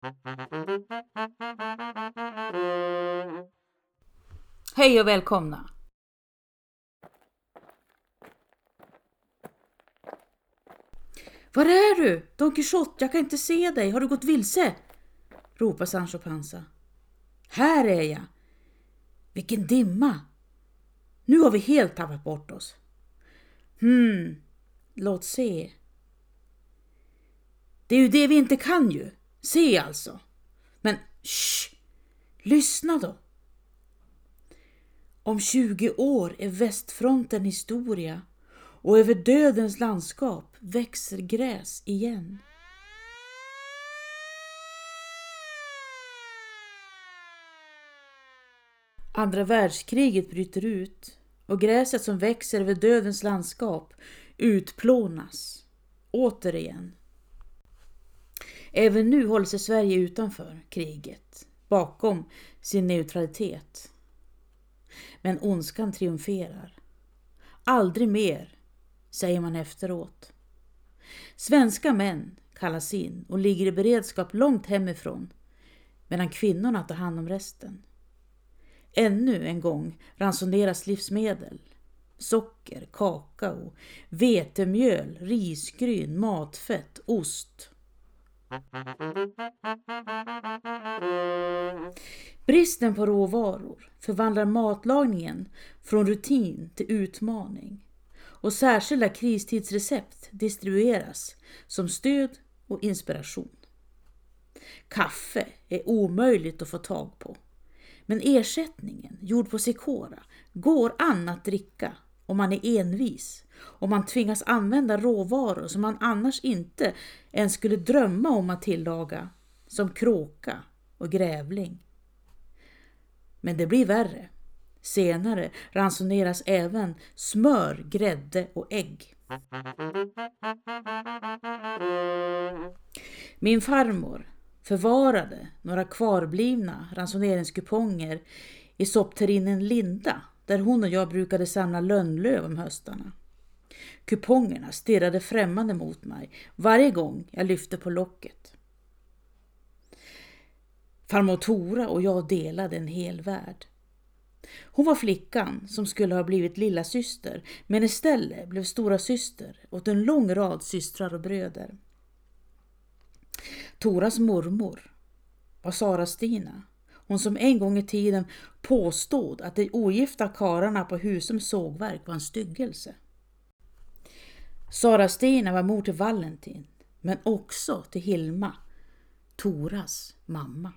Hej och välkomna! Var är du? Don Quixote, jag kan inte se dig. Har du gått vilse? Ropar Sancho Panza. Här är jag. Vilken dimma. Nu har vi helt tappat bort oss. Låt se. Det är ju det vi inte kan ju. Se alltså. Men shh, lyssna då. Om 20 år är västfronten historia och över dödens landskap växer gräs igen. Andra världskriget bryter ut och gräset som växer över dödens landskap utplånas återigen. Även nu håller sig Sverige utanför kriget, bakom sin neutralitet. Men ondskan triumferar. Aldrig mer, säger man efteråt. Svenska män kallas in och ligger i beredskap långt hemifrån, medan kvinnorna tar hand om resten. Ännu en gång ransoneras livsmedel. Socker, kakao, vetemjöl, risgryn, matfett, ost. Bristen på råvaror förvandlar matlagningen från rutin till utmaning och särskilda kristidsrecept distribueras som stöd och inspiration. Kaffe är omöjligt att få tag på, men ersättningen gjord på Sikora går an att dricka om man är envis och man tvingas använda råvaror som man annars inte ens skulle drömma om att tillaga, som kråka och grävling. Men det blir värre. Senare ransoneras även smör, grädde och ägg. Min farmor förvarade några kvarblivna ransoneringskuponger i soppterrinen Linda, där hon och jag brukade samla lönnlöv om höstarna. Kupongerna stirrade främmande mot mig varje gång jag lyfte på locket. Farmor Tora och jag delade en hel värld. Hon var flickan som skulle ha blivit lilla syster, men istället blev stora syster åt en lång rad systrar och bröder. Toras mormor var Sara-Stina, hon som en gång i tiden påstod att de ogifta karlarna på Husums sågverk var en styggelse. Sara-Stina var mor till Valentin, men också till Hilma, Toras mamma.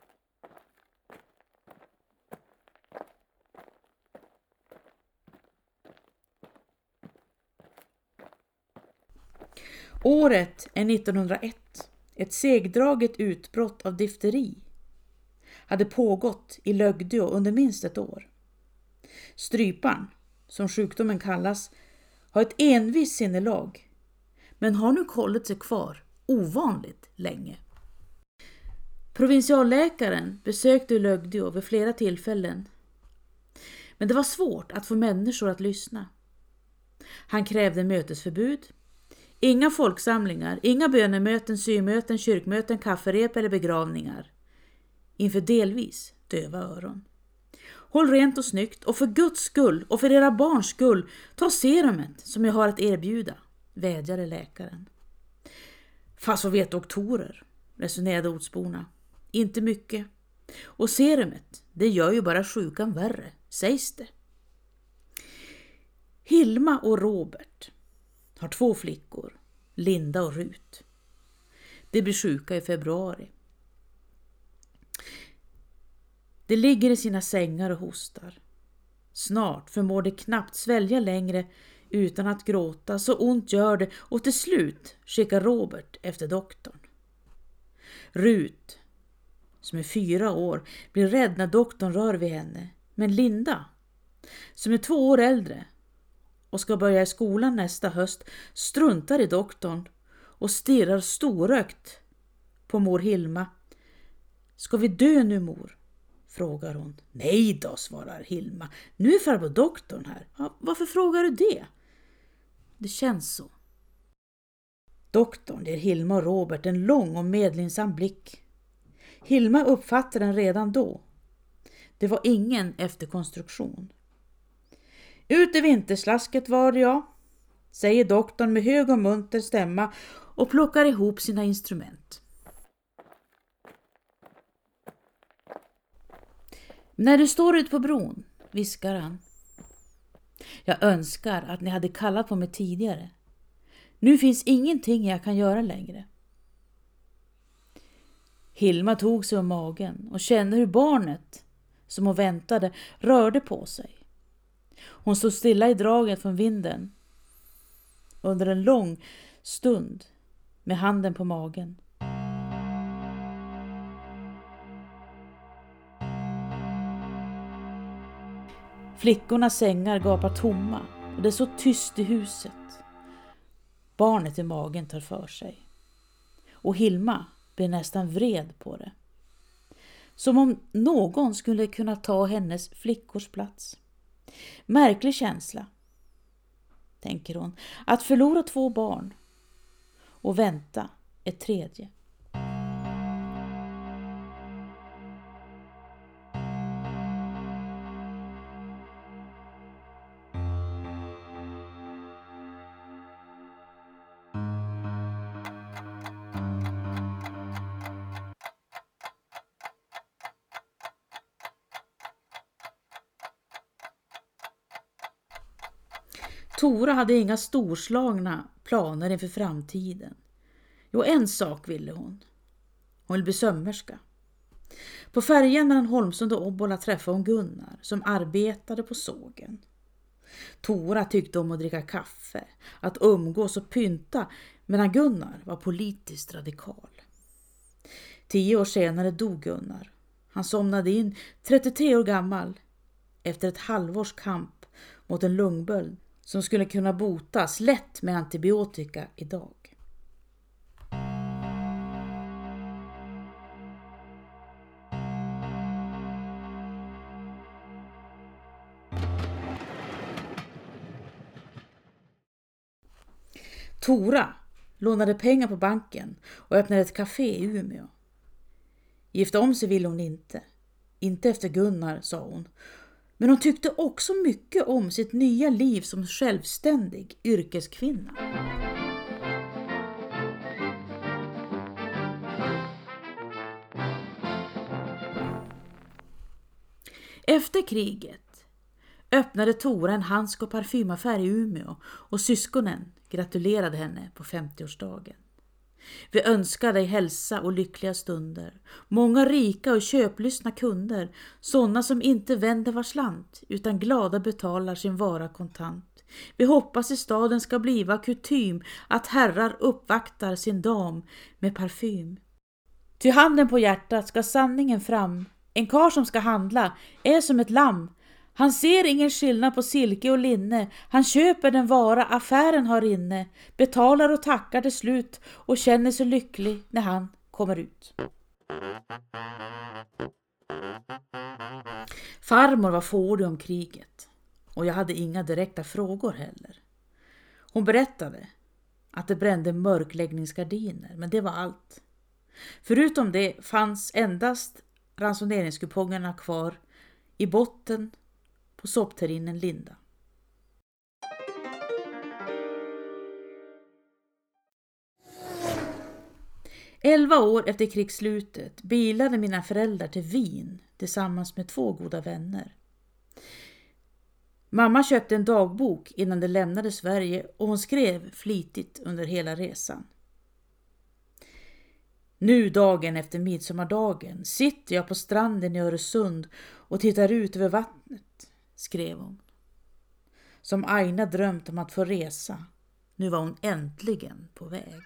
Året är 1901. Ett segdraget utbrott av difteri hade pågått i Lögdeå under minst ett år. Strypan, som sjukdomen kallas, har ett envis sinnelag, men har nu hållit sig kvar ovanligt länge. Provinsialläkaren besökte Lögdeå vid flera tillfällen, men det var svårt att få människor att lyssna. Han krävde mötesförbud, inga folksamlingar, inga bönemöten, symöten, kyrkmöten, kafferep eller begravningar inför delvis döva öron. Håll rent och snyggt, och för Guds skull och för era barns skull, ta serumet som jag har att erbjuda, vädjade läkaren. Fast vad vet doktorer, resonerade ortsborna. Inte mycket. Och serumet, det gör ju bara sjukan värre, sägs det. Hilma och Robert har 2 flickor, Linda och Rut. De blir sjuka i februari. De ligger i sina sängar och hostar. Snart förmår de knappt svälja längre utan att gråta, så ont gör det, och till slut skickar Robert efter doktorn. Rut, som är 4 år, blir rädd när doktorn rör vid henne, men Linda, som är 2 år äldre och ska börja i skolan nästa höst, struntar i doktorn och stirrar storögt på mor Hilma. Ska vi dö nu, mor? Frågar hon. Nej då, svarar Hilma. Nu är farbror doktorn här. Ja, varför frågar du det? Det känns så. Doktorn ger Hilma och Robert en lång och medlinsam blick Hilma uppfattade den redan då. Det var ingen efterkonstruktion. Ut i vinterslasket var jag, säger doktorn med hög och munter stämma och plockar ihop sina instrument. När du står ute på bron, viskar han. Jag önskar att ni hade kallat på mig tidigare. Nu finns ingenting jag kan göra längre. Hilma tog sig om magen och kände hur barnet, som hon väntade, rörde på sig. Hon stod stilla i draget från vinden under en lång stund med handen på magen. Flickornas sängar gapar tomma och det är så tyst i huset. Barnet i magen tar för sig. Och Hilma blir nästan vred på det. Som om någon skulle kunna ta hennes flickors plats. Märklig känsla, tänker hon, att förlora 2 barn och vänta ett tredje. Tora hade inga storslagna planer inför framtiden. Jo, en sak ville hon. Hon ville bli sömmerska. På färjan mellan Holmsund och Obbola träffade hon Gunnar som arbetade på sågen. Tora tyckte om att dricka kaffe, att umgås och pynta, medan Gunnar var politiskt radikal. 10 år senare dog Gunnar. Han somnade in 33 år gammal efter ett halvårs kamp mot en lungböld som skulle kunna botas lätt med antibiotika idag. Tora lånade pengar på banken och öppnade ett café i Umeå. Gifta om sig ville hon inte. Inte efter Gunnar, sa hon. Men hon tyckte också mycket om sitt nya liv som självständig yrkeskvinna. Efter kriget öppnade Tora en handsk- och parfymaffär i Umeå och syskonen gratulerade henne på 50-årsdagen. Vi önskar dig hälsa och lyckliga stunder. Många rika och köplystna kunder, sådana som inte vänder var slant utan glada betalar sin vara kontant. Vi hoppas i staden ska bliva kutym att herrar uppvaktar sin dam med parfym. Ty handen på hjärtat ska sanningen fram. En karl som ska handla är som ett lamm. Han ser ingen skillnad på silke och linne. Han köper den vara affären har inne. Betalar och tackar till slut och känner sig lycklig när han kommer ut. Farmor var fåordig om kriget och jag hade inga direkta frågor heller. Hon berättade att det brände mörkläggningsgardiner, men det var allt. Förutom det fanns endast ransoneringskupongerna kvar i botten på soppterrinen Linda. Elva år efter krigsslutet bilade mina föräldrar till Wien tillsammans med 2 goda vänner. Mamma köpte en dagbok innan de lämnade Sverige och hon skrev flitigt under hela resan. Nu dagen efter midsommardagen sitter jag på stranden i Öresund och tittar ut över vattnet, skrev hon. Som Aina drömt om att få resa. Nu var hon äntligen på väg.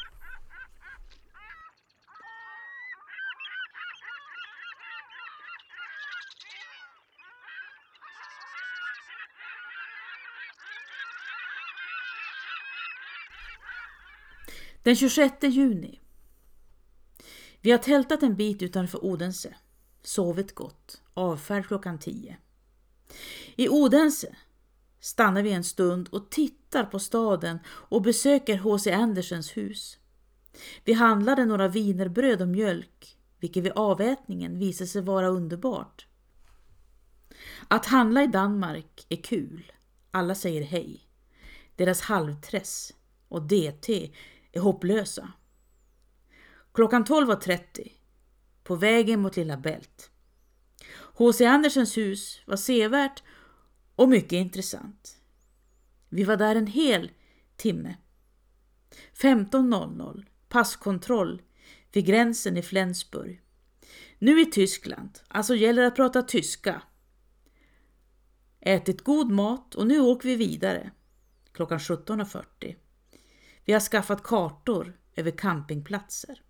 Den 26 juni. Vi har tältat en bit utanför Odense. Sovit gott. Avfärd klockan 10. I Odense stannar vi en stund och tittar på staden och besöker H.C. Andersens hus. Vi handlade några wienerbröd och mjölk vilket vid avätningen visade sig vara underbart. Att handla i Danmark är kul. Alla säger hej. Deras halvträss och DT är hopplösa. Klockan 12:30 på vägen mot Lilla Bält. H.C. Andersens hus var sevärt och mycket intressant. Vi var där en hel timme. 15:00 passkontroll vid gränsen i Flensburg. Nu i Tyskland, alltså gäller det att prata tyska. Ätit god mat och nu åker vi vidare. Klockan 17:40. Vi har skaffat kartor över campingplatser.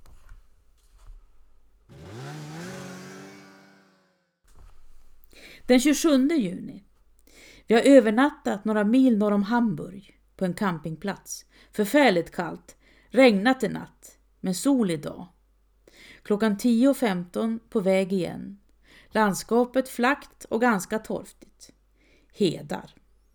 Den 27 juni. Vi har övernattat några mil norr om Hamburg på en campingplats. Förfärligt kallt. Regnat i natt, men sol idag. Klockan 10:15 på väg igen. Landskapet flackt och ganska torftigt. Hedar.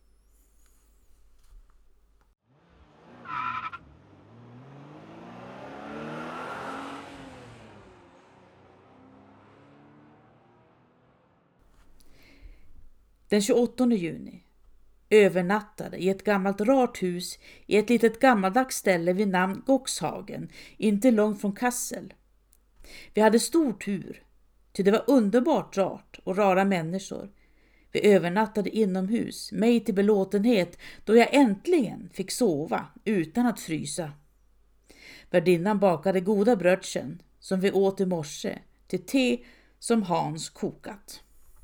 Den 28 juni. Övernattade i ett gammalt rart hus i ett litet gammaldags ställe vid namn Goxhagen, inte långt från Kassel. Vi hade stor tur, ty det var underbart rart och rara människor. Vi övernattade inomhus, mig till belåtenhet då jag äntligen fick sova utan att frysa. Värdinnan bakade goda brödchen som vi åt i morse till te som Hans kokat.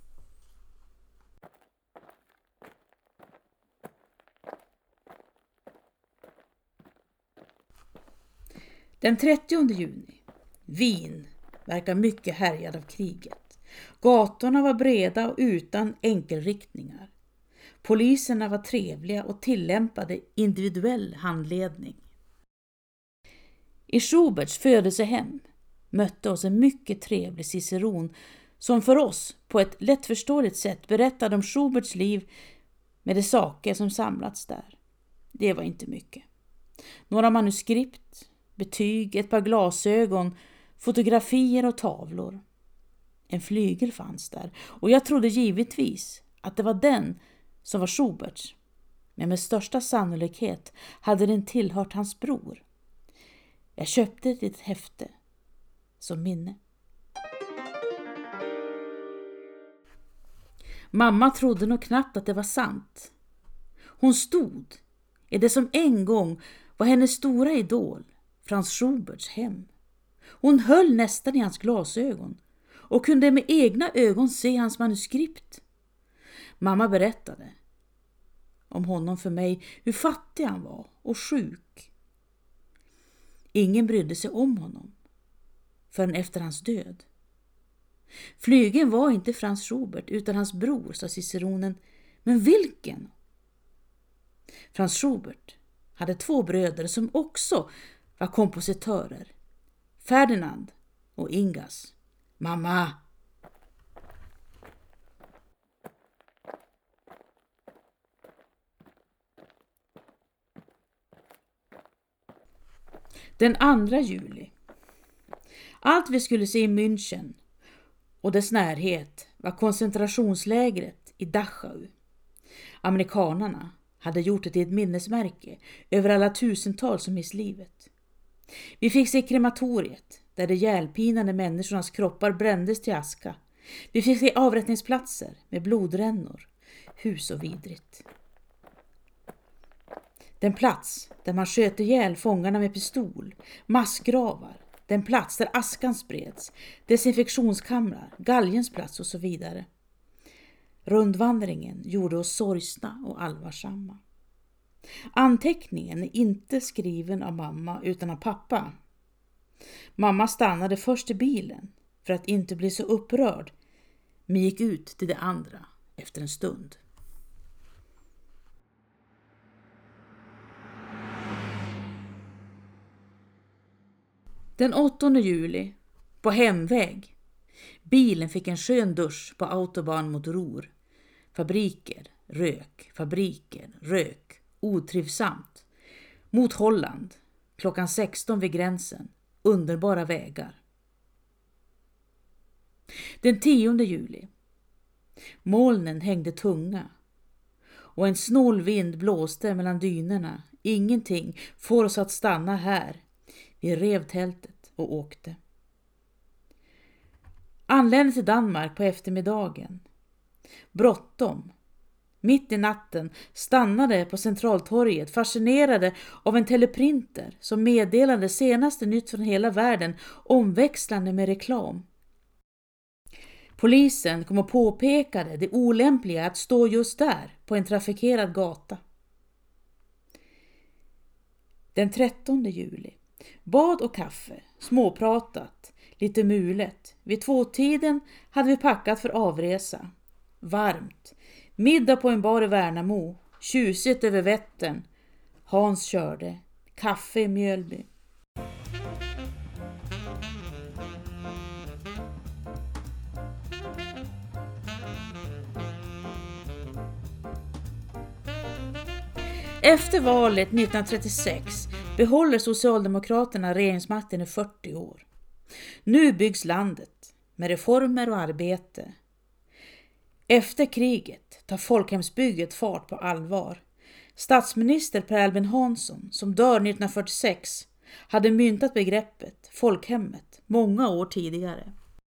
Den 30 juni. Wien verkar mycket härjad av kriget. Gatorna var breda och utan enkelriktningar. Poliserna var trevliga och tillämpade individuell handledning. I Schuberts födelsehem mötte oss en mycket trevlig ciceron som för oss på ett lättförståeligt sätt berättade om Schuberts liv med de saker som samlats där. Det var inte mycket. Några manuskript, betyg, ett par glasögon, fotografier och tavlor. En flygel fanns där och jag trodde givetvis att det var den som var Schuberts. Men med största sannolikhet hade den tillhört hans bror. Jag köpte ett litet häfte som minne. Mamma trodde nog knappt att det var sant. Hon stod i det som en gång var hennes stora idol, Franz Schuberts hem. Hon höll nästan i hans glasögon och kunde med egna ögon se hans manuskript. Mamma berättade om honom för mig, hur fattig han var och sjuk. Ingen brydde sig om honom förrän efter hans död. Flygeln var inte Franz Schubert utan hans bror, sa ciceronen. Men vilken? Franz Schubert hade 2 bröder som också var kompositörer. Ferdinand och Ingas. Mamma! Den 2 juli. Allt vi skulle se i München och dess närhet var koncentrationslägret i Dachau. Amerikanarna hade gjort det till ett minnesmärke över alla tusentals som mist livet. Vi fick se krematoriet där de ihjälpinade människornas kroppar brändes till aska. Vi fick se avrättningsplatser med blodrännor, hus och vidrigt. Den plats där man sköt ihjäl fångarna med pistol, massgravar, den plats där askan spreds, desinfektionskamrar, galgens plats och så vidare. Rundvandringen gjorde oss sorgsna och allvarsamma. Anteckningen är inte skriven av mamma utan av pappa. Mamma stannade först i bilen för att inte bli så upprörd, men gick ut till det andra efter en stund. Den 8 juli, på hemväg. Bilen fick en skön dusch på autobahn mot Ruhr. Fabriker, rök, otrivsamt. Mot Holland, klockan 16 vid gränsen, underbara vägar. Den 10 juli. Molnen hängde tunga och en snål vind blåste mellan dynerna. Ingenting får oss att stanna här. Vi rev tältet och åkte. Anlände till Danmark på eftermiddagen. Bråttom. Mitt i natten stannade på Centraltorget, fascinerade av en teleprinter som meddelade senaste nytt från hela världen, omväxlande med reklam. Polisen kom och påpekade det olämpliga att stå just där på en trafikerad gata. Den 13 juli. Bad och kaffe, småpratat, lite mulet. Vid 2-tiden hade vi packat för avresa. Varmt. Middag på en bar i Värnamo. Tjusigt över Vättern. Hans körde. Kaffe i Mjölby. Efter valet 1936 behåller Socialdemokraterna regeringsmakten i 40 år. Nu byggs landet med reformer och arbete. Efter kriget tar folkhemsbygget fart på allvar. Statsminister Per Albin Hansson, som dör 1946, hade myntat begreppet folkhemmet många år tidigare.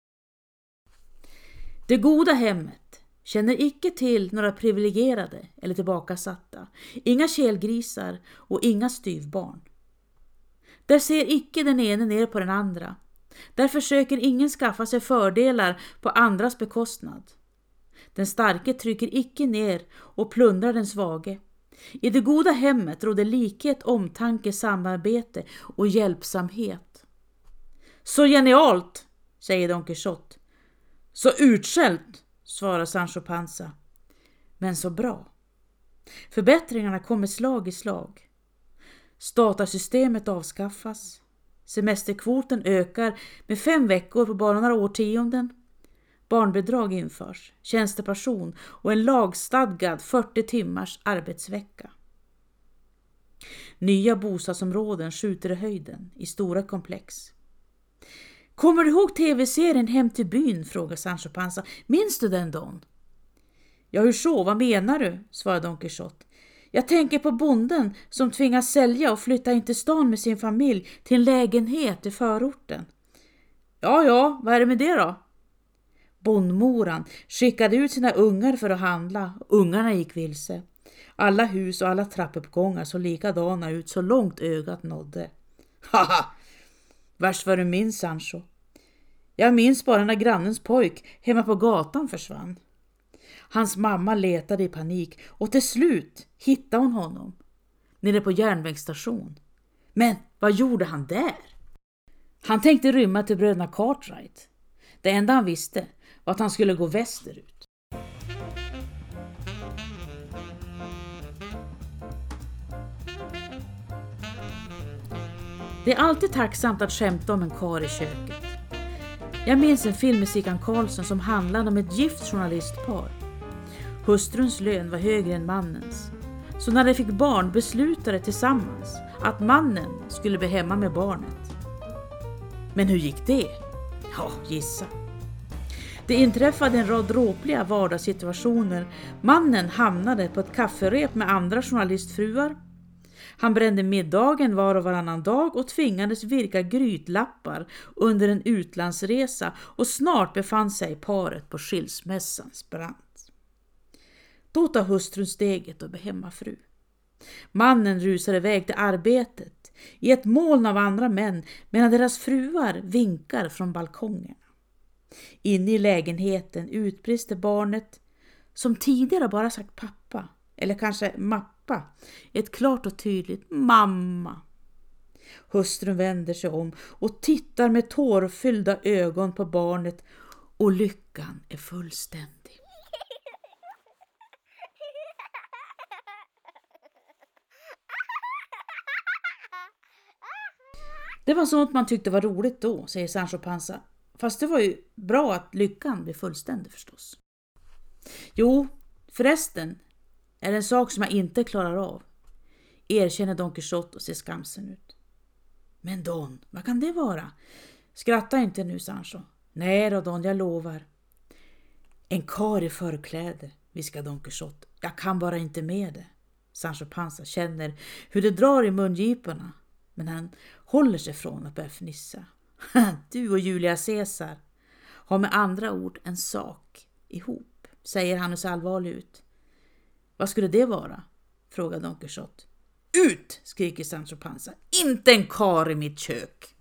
Det goda hemmet känner icke till några privilegierade eller tillbakasatta, inga kelgrisar och inga styvbarn. Där ser icke den ene ner på den andra. Där försöker ingen skaffa sig fördelar på andras bekostnad. Den starke trycker icke ner och plundrar den svage. I det goda hemmet råder likhet, omtanke, samarbete och hjälpsamhet. Så genialt, säger Don Quixote. Så utskällt, svarar Sancho Panza. Men så bra. Förbättringarna kommer slag i slag. Statarsystemet avskaffas. Semesterkvoten ökar med 5 veckor på bara några årtionden. Barnbidrag införs, tjänstepension och en lagstadgad 40 timmars arbetsvecka. Nya bostadsområden skjuter i höjden i stora komplex. Kommer du ihåg tv-serien Hem till byn, frågar Sancho Panza. Minns du den, Don? Ja, hur så? Vad menar du? Svarar Don Quixote. Jag tänker på bonden som tvingas sälja och flytta in till stan med sin familj till en lägenhet i förorten. Ja, vad är det med det då? Bondmoran skickade ut sina ungar för att handla. Ungarna gick vilse. Alla hus och alla trappuppgångar så likadana ut så långt ögat nådde. Haha! Värst vad du minns, Sancho. Jag minns bara när grannens pojk hemma på gatan försvann. Hans mamma letade i panik och till slut hittade hon honom nere på järnvägsstation. Men vad gjorde han där? Han tänkte rymma till bröderna Cartwright. Det enda han visste var att han skulle gå västerut. Det är alltid tacksamt att skämta om en kar i köket. Jag minns en film med Sickan Karlsson som handlade om ett gift journalistpar. Hustruns lön var högre än mannens. Så när de fick barn beslutade tillsammans att mannen skulle bli hemma med barnet. Men hur gick det? Ja, gissa. Det inträffade en rad dråpliga vardagssituationer. Mannen hamnade på ett kafferep med andra journalistfruar. Han brände middagen var och varannan dag och tvingades virka grytlappar under en utlandsresa och snart befann sig paret på skilsmässans brant. Då tar hustrun steget och blir hemmafru. Mannen rusar iväg till arbetet i ett moln av andra män medan deras fruar vinkar från balkongen. Inne i lägenheten utbrister barnet, som tidigare bara sagt pappa eller kanske mappa, ett klart och tydligt mamma. Hustrun vänder sig om och tittar med tårfyllda ögon på barnet och lyckan är fullständig. Det var sånt man tyckte var roligt då, säger Sancho Panza. Fast det var ju bra att lyckan blev fullständig förstås. Jo, förresten är det en sak som jag inte klarar av. Erkänner Don Quixote och ser skamsen ut. Men Don, vad kan det vara? Skratta inte nu, Sancho. Nej då, Don, jag lovar. En kar i förkläde, viskade Don Quixote. Jag kan bara inte med det. Sancho Panza känner hur det drar i mungiporna, men han håller sig från att börja fnissa. Du och Julia Caesar har med andra ord en sak ihop, säger han och ser allvarlig ut. Vad skulle det vara? Frågar Don Quixote. Ut, skriker Sancho Panza. Inte en kar i mitt kök.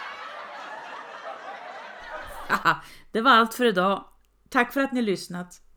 Det var allt för idag. Tack för att ni lyssnat.